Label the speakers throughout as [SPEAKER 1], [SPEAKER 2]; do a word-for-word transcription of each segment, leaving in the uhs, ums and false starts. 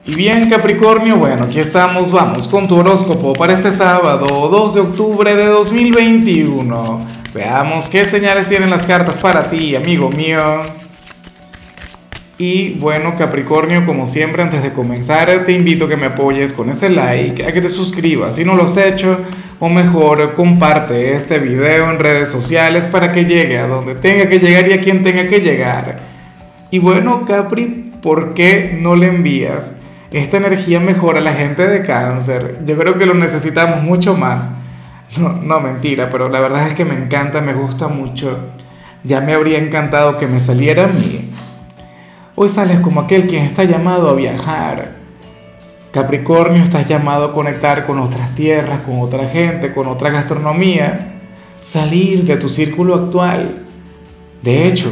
[SPEAKER 1] Y bien, Capricornio, bueno, aquí estamos, vamos con tu horóscopo para este sábado, dos de octubre de dos mil veintiuno. Veamos qué señales tienen las cartas para ti, amigo mío. Y bueno, Capricornio, como siempre, antes de comenzar, te invito a que me apoyes con ese like, a que te suscribas si no lo has hecho, o mejor, comparte este video en redes sociales para que llegue a donde tenga que llegar y a quien tenga que llegar. Y bueno, Capri, ¿por qué no le envías esta energía mejor a la gente de Cáncer? Yo creo que lo necesitamos mucho más. No, no, mentira, pero la verdad es que me encanta, me gusta mucho. Ya me habría encantado que me saliera a mí. Hoy sales como aquel quien está llamado a viajar. Capricornio, estás llamado a conectar con otras tierras, con otra gente, con otra gastronomía. Salir de tu círculo actual. De hecho,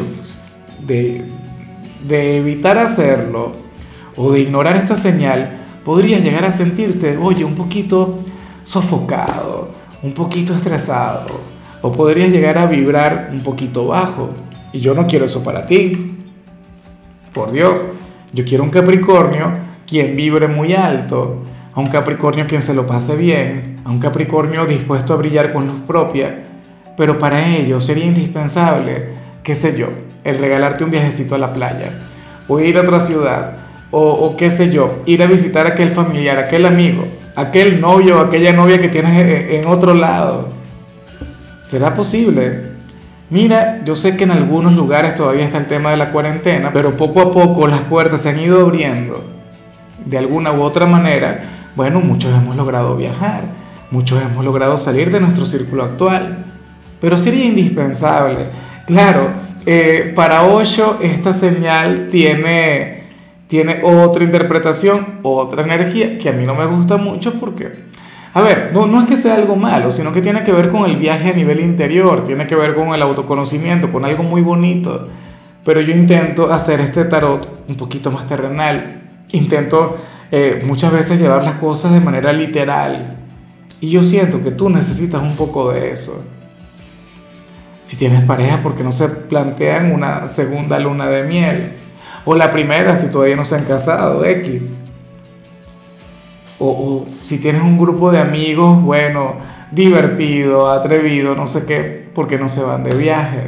[SPEAKER 1] de, de evitar hacerlo o de ignorar esta señal, podrías llegar a sentirte, oye, un poquito sofocado, un poquito estresado, o podrías llegar a vibrar un poquito bajo. Y yo no quiero eso para ti. Por Dios, yo quiero un Capricornio quien vibre muy alto, a un Capricornio quien se lo pase bien, a un Capricornio dispuesto a brillar con luz propia, pero para ello sería indispensable, qué sé yo, el regalarte un viajecito a la playa, o ir a otra ciudad, o, o qué sé yo, ir a visitar a aquel familiar, aquel amigo, aquel novio o aquella novia que tienes en, en otro lado. ¿Será posible? Mira, yo sé que en algunos lugares todavía está el tema de la cuarentena, pero poco a poco las puertas se han ido abriendo. De alguna u otra manera, bueno, muchos hemos logrado viajar, muchos hemos logrado salir de nuestro círculo actual, pero sería indispensable. Claro, eh, para Osho esta señal tiene, tiene otra interpretación, otra energía que a mí no me gusta mucho porque... A ver, no, no es que sea algo malo, sino que tiene que ver con el viaje a nivel interior, tiene que ver con el autoconocimiento, con algo muy bonito. Pero yo intento hacer este tarot un poquito más terrenal, intento eh, muchas veces llevar las cosas de manera literal. Y yo siento que tú necesitas un poco de eso. Si tienes pareja, ¿por qué no se plantean una segunda luna de miel? O la primera, si todavía no se han casado, X. O, o si tienes un grupo de amigos, bueno, divertido, atrevido, no sé qué, ¿por qué no se van de viaje?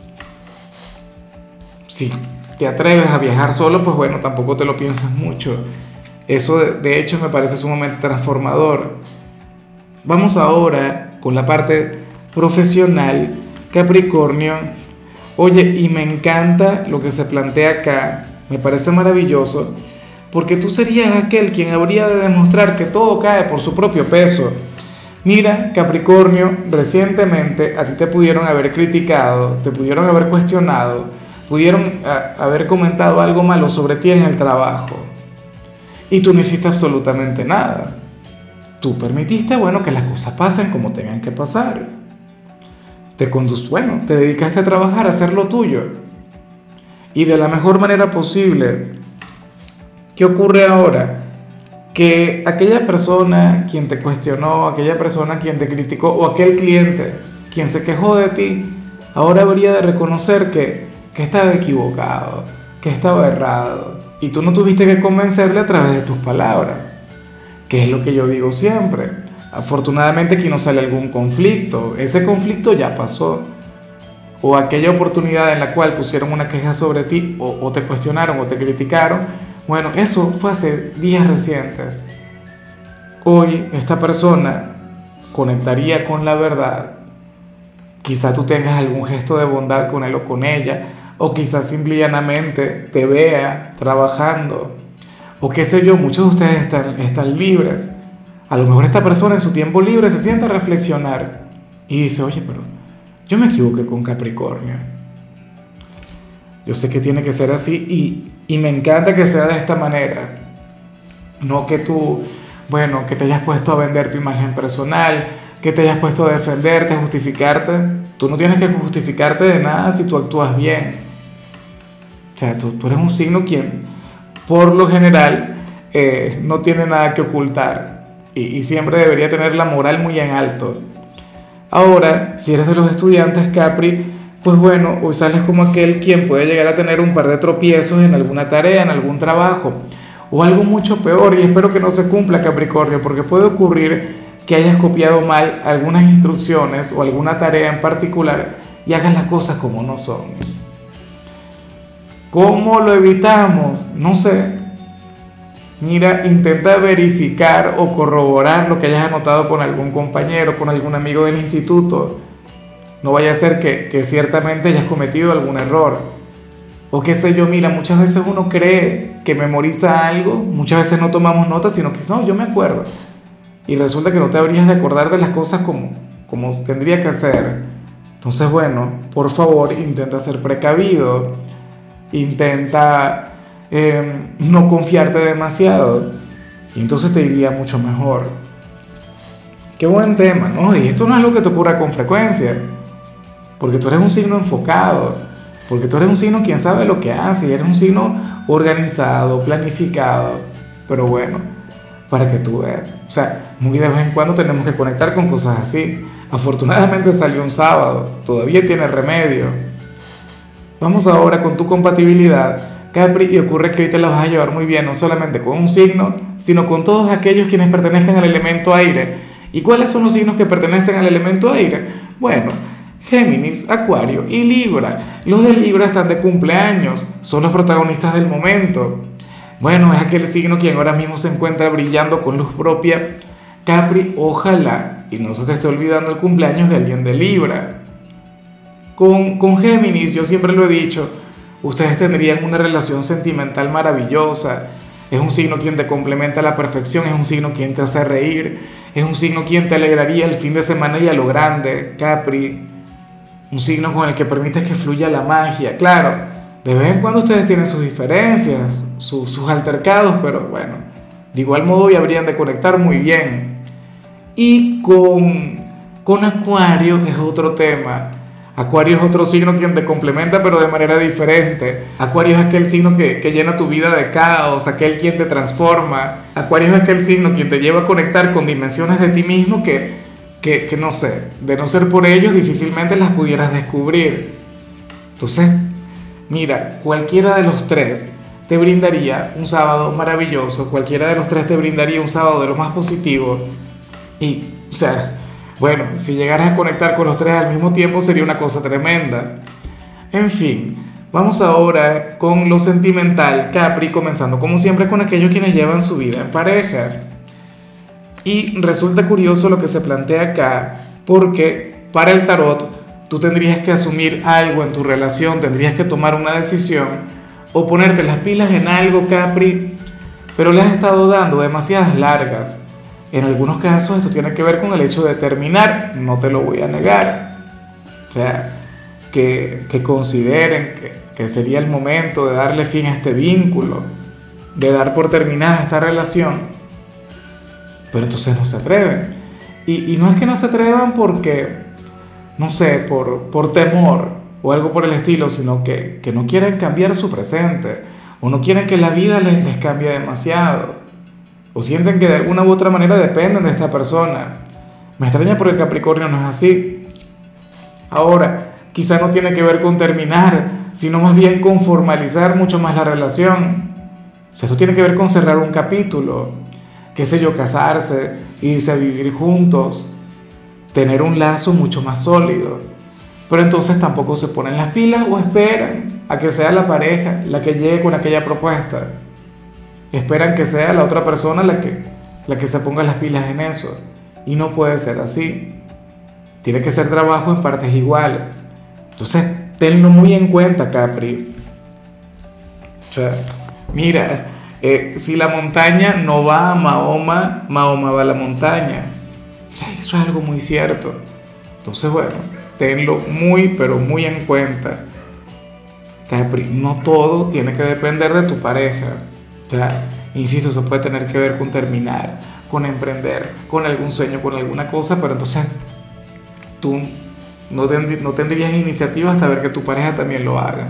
[SPEAKER 1] Si te atreves a viajar solo, pues bueno, tampoco te lo piensas mucho. Eso de, de hecho me parece sumamente transformador. Vamos ahora con la parte profesional, Capricornio. Oye, y me encanta lo que se plantea acá, me parece maravilloso. Porque tú serías aquel quien habría de demostrar que todo cae por su propio peso. Mira, Capricornio, recientemente a ti te pudieron haber criticado, te pudieron haber cuestionado, pudieron a, haber comentado algo malo sobre ti en el trabajo. Y tú no hiciste absolutamente nada. Tú permitiste, bueno, que las cosas pasen como tengan que pasar. Te condus, bueno, te dedicaste a trabajar, a hacer lo tuyo. Y de la mejor manera posible. ¿Qué ocurre ahora? Que aquella persona quien te cuestionó, aquella persona quien te criticó o aquel cliente quien se quejó de ti, ahora habría de reconocer que, que estaba equivocado, que estaba errado y tú no tuviste que convencerle a través de tus palabras, que es lo que yo digo siempre. Afortunadamente aquí no sale algún conflicto, ese conflicto ya pasó. O aquella oportunidad en la cual pusieron una queja sobre ti o, o te cuestionaron o te criticaron. Bueno, eso fue hace días recientes. Hoy esta persona conectaría con la verdad. Quizá tú tengas algún gesto de bondad con él o con ella, o quizás simplemente te vea trabajando, o qué sé yo, muchos de ustedes están, están libres. A lo mejor esta persona en su tiempo libre se sienta a reflexionar y dice, oye, pero yo me equivoqué con Capricornio. Yo sé que tiene que ser así y, y me encanta que sea de esta manera. No que tú, bueno, que te hayas puesto a vender tu imagen personal, que te hayas puesto a defenderte, a justificarte. Tú no tienes que justificarte de nada si tú actúas bien. O sea, tú, tú eres un signo quien, por lo general, eh, no tiene nada que ocultar y, y siempre debería tener la moral muy en alto. Ahora, si eres de los estudiantes, Capri, pues bueno, hoy sales como aquel quien puede llegar a tener un par de tropiezos en alguna tarea, en algún trabajo, O algo mucho peor, y espero que no se cumpla, Capricornio, porque puede ocurrir que hayas copiado mal algunas instrucciones o alguna tarea en particular y hagas las cosas como no son. ¿Cómo lo evitamos? No sé. Mira, intenta verificar o corroborar lo que hayas anotado con algún compañero, con algún amigo del instituto. No vaya a ser que, que ciertamente hayas cometido algún error. O qué sé yo, mira, muchas veces uno cree que memoriza algo, muchas veces no tomamos nota, sino que no, yo me acuerdo. Y resulta que no te habrías de acordar de las cosas como, como tendría que ser. Entonces, bueno, por favor, intenta ser precavido, intenta eh, no confiarte demasiado, y entonces te iría mucho mejor. Qué buen tema, ¿no? Y esto no es algo que te ocurra con frecuencia, porque tú eres un signo enfocado, porque tú eres un signo quien sabe lo que hace, y eres un signo organizado, planificado, pero bueno, para que tú veas. O sea, muy de vez en cuando tenemos que conectar con cosas así. Afortunadamente salió un sábado, todavía tiene remedio. Vamos ahora con tu compatibilidad, Capri, y ocurre que hoy te la vas a llevar muy bien, no solamente con un signo, sino con todos aquellos quienes pertenezcan al elemento aire. ¿Y cuáles son los signos que pertenecen al elemento aire? Bueno, Géminis, Acuario y Libra. Los de Libra están de cumpleaños, son los protagonistas del momento. Bueno, es aquel signo quien ahora mismo se encuentra brillando con luz propia. Capri, ojalá y no se te esté olvidando el cumpleaños de alguien de Libra. Con, con Géminis, yo siempre lo he dicho, ustedes tendrían una relación sentimental maravillosa. Es un signo quien te complementa a la perfección, es un signo quien te hace reír, es un signo quien te alegraría el fin de semana y a lo grande, Capri. Un signo con el que permites que fluya la magia. Claro, de vez en cuando ustedes tienen sus diferencias, su, sus altercados, pero bueno, de igual modo hoy habrían de conectar muy bien. Y con, con Acuario es otro tema. Acuario es otro signo quien te complementa, pero de manera diferente. Acuario es aquel signo que, que llena tu vida de caos, aquel quien te transforma. Acuario es aquel signo quien te lleva a conectar con dimensiones de ti mismo que, que, que no sé, de no ser por ellos difícilmente las pudieras descubrir. Entonces, mira, cualquiera de los tres te brindaría un sábado maravilloso, cualquiera de los tres te brindaría un sábado de lo más positivo. Y, o sea, bueno, si llegaras a conectar con los tres al mismo tiempo sería una cosa tremenda. En fin, vamos ahora con lo sentimental, Capri, comenzando como siempre con aquellos quienes llevan su vida en pareja. Y resulta curioso lo que se plantea acá, porque para el tarot tú tendrías que asumir algo en tu relación, tendrías que tomar una decisión o ponerte las pilas en algo, Capri, pero le has estado dando demasiadas largas. En algunos casos esto tiene que ver con el hecho de terminar, no te lo voy a negar. O sea, que, que consideren que, que sería el momento de darle fin a este vínculo, de dar por terminada esta relación, pero entonces no se atreven. Y, y no es que no se atrevan porque, no sé, por, por temor o algo por el estilo, sino que, que no quieren cambiar su presente, o no quieren que la vida les, les cambie demasiado, o sienten que de alguna u otra manera dependen de esta persona. Me extraña porque el Capricornio no es así. Ahora, quizá no tiene que ver con terminar, sino más bien con formalizar mucho más la relación. O sea, esto tiene que ver con cerrar un capítulo, qué sé yo, casarse, irse a vivir juntos, tener un lazo mucho más sólido. Pero entonces tampoco se ponen las pilas o esperan a que sea la pareja la que llegue con aquella propuesta. Esperan que sea la otra persona la que, la que se ponga las pilas en eso. Y no puede ser así. Tiene que ser trabajo en partes iguales. Entonces, tenlo muy en cuenta, Capri. O sea, mira, eh, si la montaña no va a Mahoma, Mahoma va a la montaña. O sea, eso es algo muy cierto. Entonces, bueno, tenlo muy, pero muy en cuenta. Capri, no todo tiene que depender de tu pareja. O sea, insisto, eso puede tener que ver con terminar, con emprender, con algún sueño, con alguna cosa, pero entonces tú no, tend no tendrías iniciativa hasta ver que tu pareja también lo haga.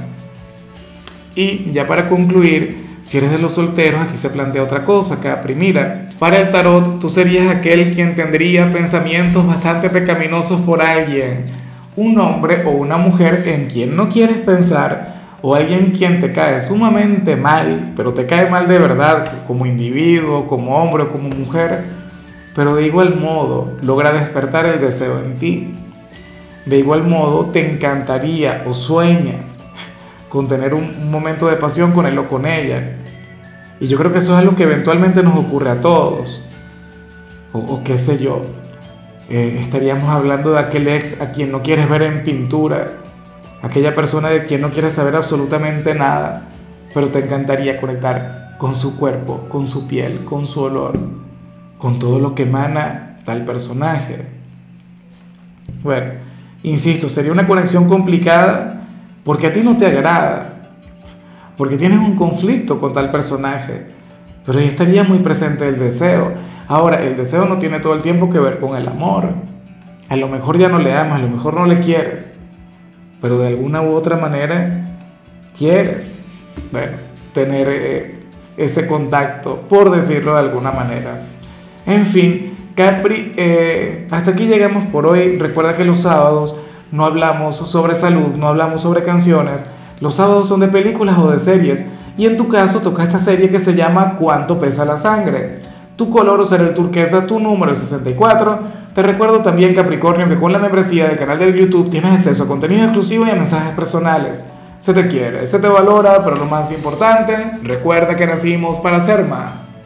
[SPEAKER 1] Y ya para concluir, si eres de los solteros, aquí se plantea otra cosa, Capri. Mira, para el tarot, tú serías aquel quien tendría pensamientos bastante pecaminosos por alguien, un hombre o una mujer en quien no quieres pensar, o alguien quien te cae sumamente mal, pero te cae mal de verdad como individuo, como hombre o como mujer, pero de igual modo logra despertar el deseo en ti. De igual modo te encantaría o sueñas con tener un, un momento de pasión con él o con ella. Y yo creo que eso es algo que eventualmente nos ocurre a todos. O, o qué sé yo, eh, estaríamos hablando de aquel ex a quien no quieres ver en pintura, aquella persona de quien no quieres saber absolutamente nada, pero te encantaría conectar con su cuerpo, con su piel, con su olor, con todo lo que emana tal personaje. Bueno, insisto, sería una conexión complicada porque a ti no te agrada, porque tienes un conflicto con tal personaje, pero ahí estaría muy presente el deseo. Ahora, el deseo no tiene todo el tiempo que ver con el amor. A lo mejor ya no le amas, a lo mejor no le quieres, pero de alguna u otra manera quieres, bueno, tener eh, ese contacto, por decirlo de alguna manera. En fin, Capri, eh, hasta aquí llegamos por hoy. Recuerda que los sábados no hablamos sobre salud, no hablamos sobre canciones. Los sábados son de películas o de series. Y en tu caso toca esta serie que se llama ¿Cuánto pesa la sangre? Tu color será el turquesa, tu número es sesenta y cuatro. Te recuerdo también, Capricornio, que con la membresía del canal de YouTube tienes acceso a contenido exclusivo y a mensajes personales. Se te quiere, se te valora, pero lo más importante, recuerda que nacimos para ser más.